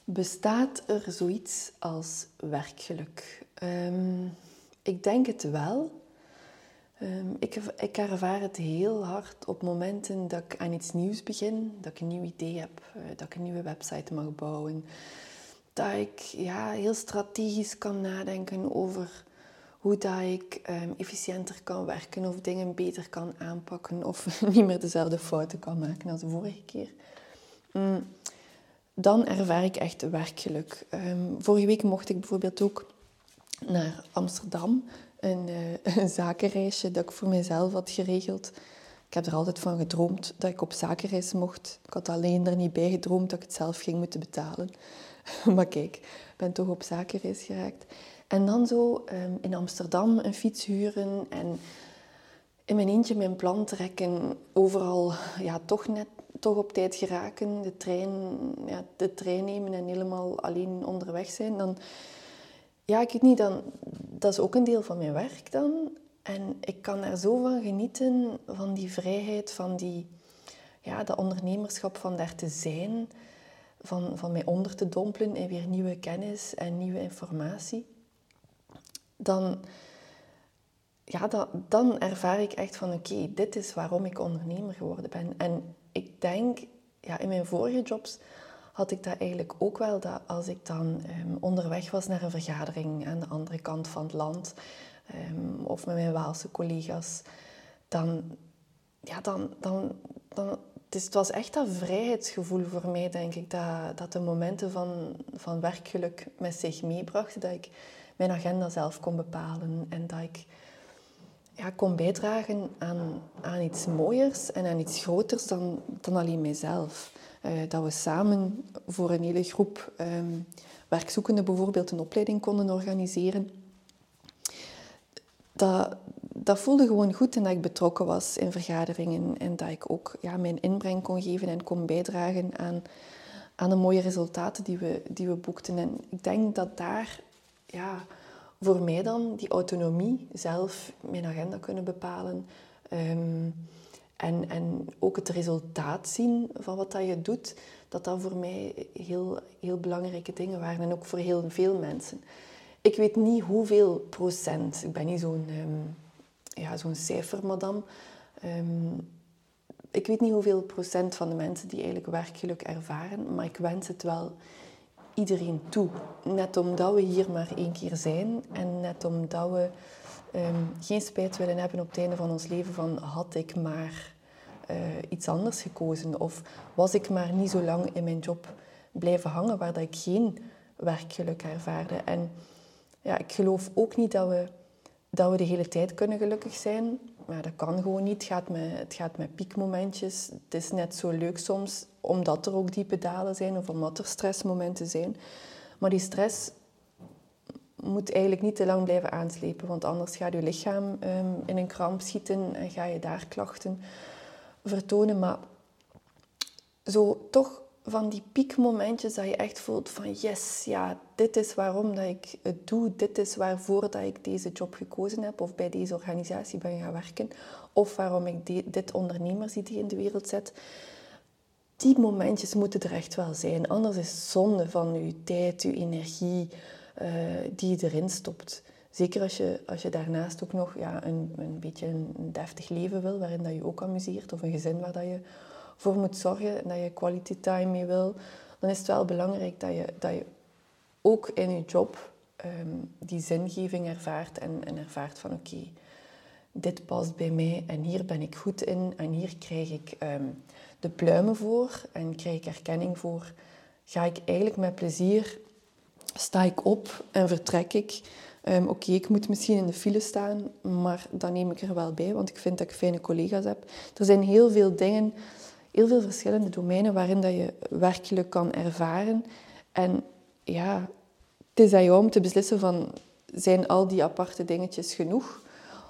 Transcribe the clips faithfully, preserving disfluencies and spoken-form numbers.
Bestaat er zoiets als werkgeluk? Um, ik denk het wel. Um, ik, ik ervaar het heel hard op momenten dat ik aan iets nieuws begin, dat ik een nieuw idee heb, uh, dat ik een nieuwe website mag bouwen. Dat ik ja, heel strategisch kan nadenken over hoe dat ik um, efficiënter kan werken of dingen beter kan aanpakken of niet meer dezelfde fouten kan maken als de vorige keer. Mm. Dan ervaar ik echt werkgeluk. Um, vorige week mocht ik bijvoorbeeld ook naar Amsterdam. Een, uh, een zakenreisje dat ik voor mezelf had geregeld. Ik heb er altijd van gedroomd dat ik op zakenreis mocht. Ik had alleen er niet bij gedroomd dat ik het zelf ging moeten betalen. Maar kijk, ik ben toch op zakenreis geraakt. En dan zo um, in Amsterdam een fiets huren en in mijn eentje mijn plan trekken. Overal ja, toch net toch op tijd geraken, de trein, ja, de trein nemen en helemaal alleen onderweg zijn. Dan, ja, ik weet niet, dan, dat is ook een deel van mijn werk dan. En ik kan er zo van genieten, van die vrijheid, van die, ja, dat ondernemerschap van daar te zijn, van, van mij onder te dompelen in weer nieuwe kennis en nieuwe informatie. Dan, ja, dan, dan ervaar ik echt van oké, okay, dit is waarom ik ondernemer geworden ben. En ik denk, ja, in mijn vorige jobs had ik dat eigenlijk ook wel, dat als ik dan um, onderweg was naar een vergadering aan de andere kant van het land, um, of met mijn Waalse collega's, dan, ja, dan, dan, dan dus het was echt dat vrijheidsgevoel voor mij, denk ik, dat, dat de momenten van, van werkgeluk met zich meebrachten, dat ik mijn agenda zelf kon bepalen en dat ik ja, kon bijdragen aan, aan iets mooiers en aan iets groters dan, dan alleen mijzelf. Uh, dat we samen voor een hele groep um, werkzoekenden bijvoorbeeld een opleiding konden organiseren. Dat, dat voelde gewoon goed en dat ik betrokken was in vergaderingen en dat ik ook ja, mijn inbreng kon geven en kon bijdragen aan, aan de mooie resultaten die we, die we boekten. En ik denk dat daar ja, voor mij dan die autonomie, zelf mijn agenda kunnen bepalen um, en, en ook het resultaat zien van wat dat je doet, dat dat voor mij heel, heel belangrijke dingen waren en ook voor heel veel mensen. Ik weet niet hoeveel procent, ik ben niet zo'n um, ja, zo'n cijfermadam, um, ik weet niet hoeveel procent van de mensen die eigenlijk werkgeluk ervaren, maar ik wens het wel iedereen toe. Net omdat we hier maar één keer zijn en net omdat we um, geen spijt willen hebben op het einde van ons leven van had ik maar uh, iets anders gekozen of was ik maar niet zo lang in mijn job blijven hangen waar dat ik geen werkgeluk ervaarde. En ja, ik geloof ook niet dat we, dat we de hele tijd kunnen gelukkig zijn. Maar dat kan gewoon niet. Het gaat, met, het gaat met piekmomentjes. Het is net zo leuk soms, omdat er ook diepe dalen zijn of omdat er stressmomenten zijn. Maar die stress moet eigenlijk niet te lang blijven aanslepen, want anders gaat je lichaam um, in een kramp schieten en ga je daar klachten vertonen. Maar zo toch van die piekmomentjes dat je echt voelt van yes, ja, dit is waarom dat ik het doe, dit is waarvoor dat ik deze job gekozen heb of bij deze organisatie ben gaan werken of waarom ik die, dit ondernemersidee in de wereld zet. Die momentjes moeten er echt wel zijn, anders is het zonde van je tijd, je energie uh, die je erin stopt. Zeker als je, als je daarnaast ook nog ja, een, een beetje een deftig leven wil, waarin dat je ook amuseert of een gezin waar dat je voor moet zorgen en dat je quality time mee wil, dan is het wel belangrijk dat je, dat je ook in je job um, die zingeving ervaart en, en ervaart van oké, okay, dit past bij mij en hier ben ik goed in en hier krijg ik um, de pluimen voor en krijg ik erkenning voor. Ga ik eigenlijk met plezier, sta ik op en vertrek ik. Um, Oké, okay, ik moet misschien in de file staan, maar dat neem ik er wel bij, want ik vind dat ik fijne collega's heb. Er zijn heel veel dingen, heel veel verschillende domeinen waarin dat je werkelijk kan ervaren. En ja, het is aan jou om te beslissen van, zijn al die aparte dingetjes genoeg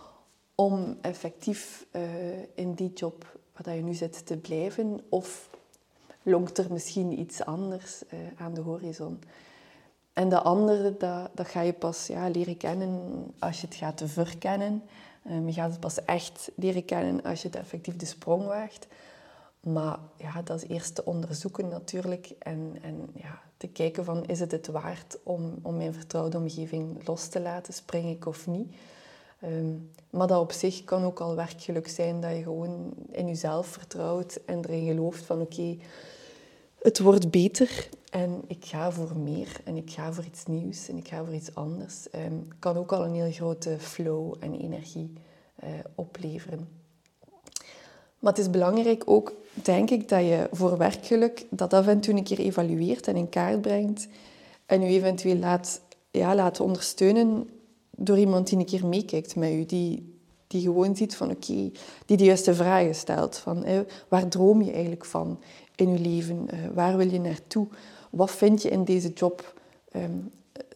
om effectief uh, in die job waar je nu zit te blijven? Of lonkt er misschien iets anders uh, aan de horizon? En de andere, dat, dat ga je pas ja, leren kennen als je het gaat verkennen. Um, je gaat het pas echt leren kennen als je het effectief de sprong waagt. Maar ja, dat is eerst te onderzoeken natuurlijk. En, en ja, te kijken van, is het het waard om, om mijn vertrouwde omgeving los te laten? Spring ik of niet? Um, maar dat op zich kan ook al werkgeluk zijn dat je gewoon in jezelf vertrouwt en erin gelooft van oké, okay, het wordt beter en ik ga voor meer en ik ga voor iets nieuws en ik ga voor iets anders. Um, kan ook al een heel grote flow en energie uh, opleveren. Maar het is belangrijk ook, denk ik, dat je voor werkgeluk dat af en toe een keer evalueert en in kaart brengt en je eventueel laat, ja, laat ondersteunen door iemand die een keer meekijkt met je, die, die gewoon ziet van oké, okay, die de juiste vragen stelt. Van, eh, waar droom je eigenlijk van in je leven? Uh, waar wil je naartoe? Wat vind je in deze job um,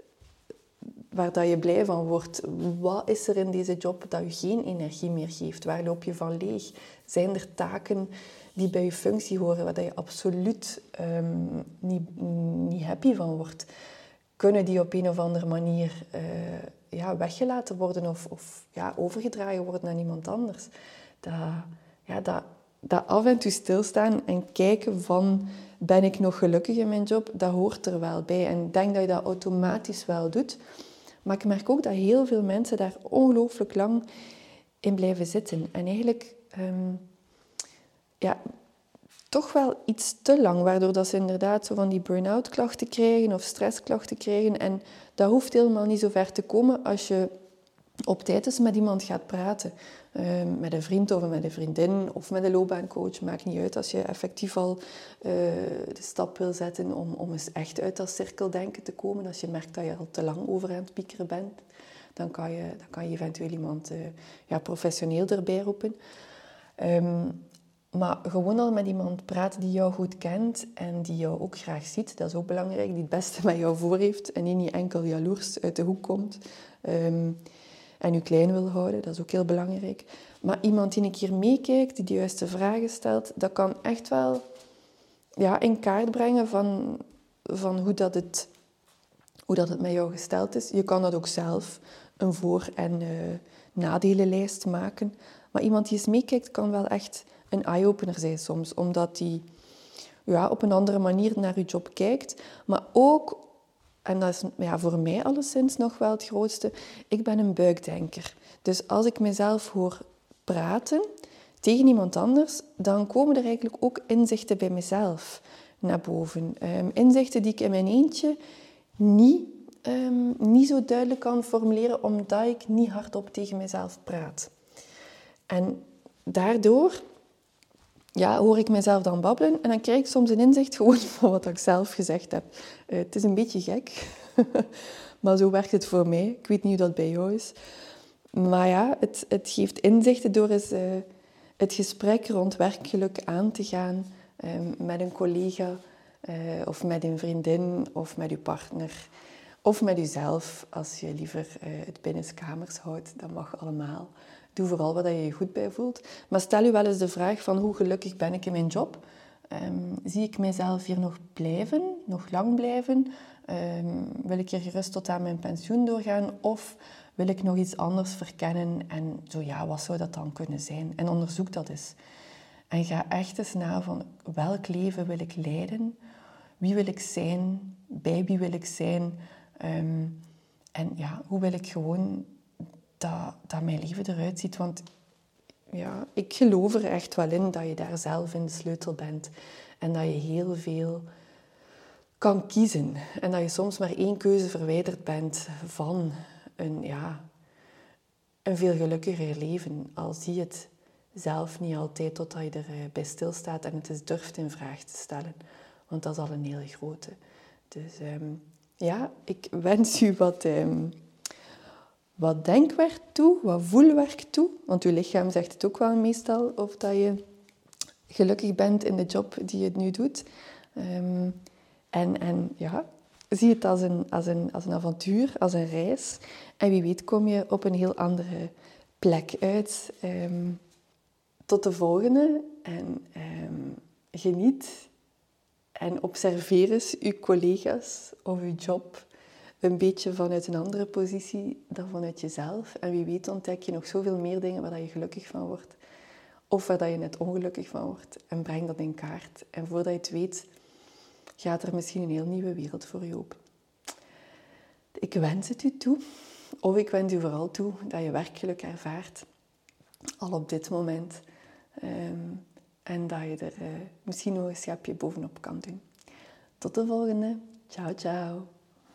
waar dat je blij van wordt? Wat is er in deze job dat je geen energie meer geeft? Waar loop je van leeg? Zijn er taken die bij je functie horen waar dat je absoluut um, niet, niet happy van wordt? Kunnen die op een of andere manier uh, ja, weggelaten worden of, of ja, overgedragen worden aan iemand anders? Dat, ja, dat, dat af en toe stilstaan en kijken van, ben ik nog gelukkig in mijn job? Dat hoort er wel bij. En ik denk dat je dat automatisch wel doet. Maar ik merk ook dat heel veel mensen daar ongelooflijk lang in blijven zitten. En eigenlijk um, ja, toch wel iets te lang, waardoor dat ze inderdaad zo van die burn-out klachten krijgen of stressklachten krijgen. En dat hoeft helemaal niet zo ver te komen als je op tijd eens met iemand gaat praten. Uh, met een vriend of met een vriendin of met een loopbaancoach. Maakt niet uit als je effectief al uh, de stap wil zetten om, om eens echt uit dat cirkeldenken te komen. Als je merkt dat je al te lang over aan het piekeren bent, dan kan je, dan kan je eventueel iemand uh, ja, professioneel erbij roepen. Um, Maar gewoon al met iemand praten die jou goed kent en die jou ook graag ziet. Dat is ook belangrijk, die het beste met jou voor heeft en die niet enkel jaloers uit de hoek komt um, en je klein wil houden. Dat is ook heel belangrijk. Maar iemand die een keer meekijkt, die de juiste vragen stelt, dat kan echt wel ja, in kaart brengen van, van hoe, dat het, hoe dat het met jou gesteld is. Je kan dat ook zelf een voor- en uh, nadelenlijst maken. Maar iemand die eens meekijkt kan wel echt een eye-opener zijn soms, omdat die ja, op een andere manier naar je job kijkt. Maar ook, en dat is ja, voor mij alleszins nog wel het grootste, ik ben een buikdenker. Dus als ik mezelf hoor praten tegen iemand anders, dan komen er eigenlijk ook inzichten bij mezelf naar boven. Um, inzichten die ik in mijn eentje niet, um, niet zo duidelijk kan formuleren, omdat ik niet hardop tegen mezelf praat. En daardoor ja, hoor ik mezelf dan babbelen en dan krijg ik soms een inzicht gewoon van wat ik zelf gezegd heb. Uh, het is een beetje gek, maar zo werkt het voor mij. Ik weet niet hoe dat bij jou is. Maar ja, het, het geeft inzichten door eens uh, het gesprek rond werkgeluk aan te gaan uh, met een collega uh, of met een vriendin of met je partner. Of met jezelf, als je liever uh, het binnenskamers houdt. Dat mag allemaal. Doe vooral wat je je goed bij voelt. Maar stel je wel eens de vraag van hoe gelukkig ben ik in mijn job? Um, zie ik mezelf hier nog blijven, nog lang blijven? Um, wil ik hier gerust tot aan mijn pensioen doorgaan? Of wil ik nog iets anders verkennen? En zo ja, wat zou dat dan kunnen zijn? En onderzoek dat eens. En ga echt eens na van welk leven wil ik leiden? Wie wil ik zijn? Bij wie wil ik zijn? Um, en ja, hoe wil ik gewoon dat, dat mijn leven eruit ziet? Want ja, ik geloof er echt wel in dat je daar zelf in de sleutel bent. En dat je heel veel kan kiezen. En dat je soms maar één keuze verwijderd bent van een, ja, een veel gelukkiger leven. Al zie je het zelf niet altijd totdat je erbij stilstaat en het eens durft in vraag te stellen. Want dat is al een hele grote. Dus um, ja, ik wens u wat, um, wat denkwerk toe, wat voelwerk toe. Want uw lichaam zegt het ook wel meestal of dat je gelukkig bent in de job die je nu doet. Um, en, en ja, zie het als een, als, een, als een avontuur, als een reis. En wie weet kom je op een heel andere plek uit. Um, tot de volgende. En um, geniet en observeer eens uw collega's of uw job een beetje vanuit een andere positie dan vanuit jezelf. En wie weet ontdek je nog zoveel meer dingen waar je gelukkig van wordt. Of waar je net ongelukkig van wordt. En breng dat in kaart. En voordat je het weet, gaat er misschien een heel nieuwe wereld voor je open. Ik wens het u toe, of ik wens u vooral toe dat je werkgeluk ervaart, al op dit moment. Um, en dat je er uh, misschien nog een schepje bovenop kan doen. Tot de volgende. Ciao, ciao.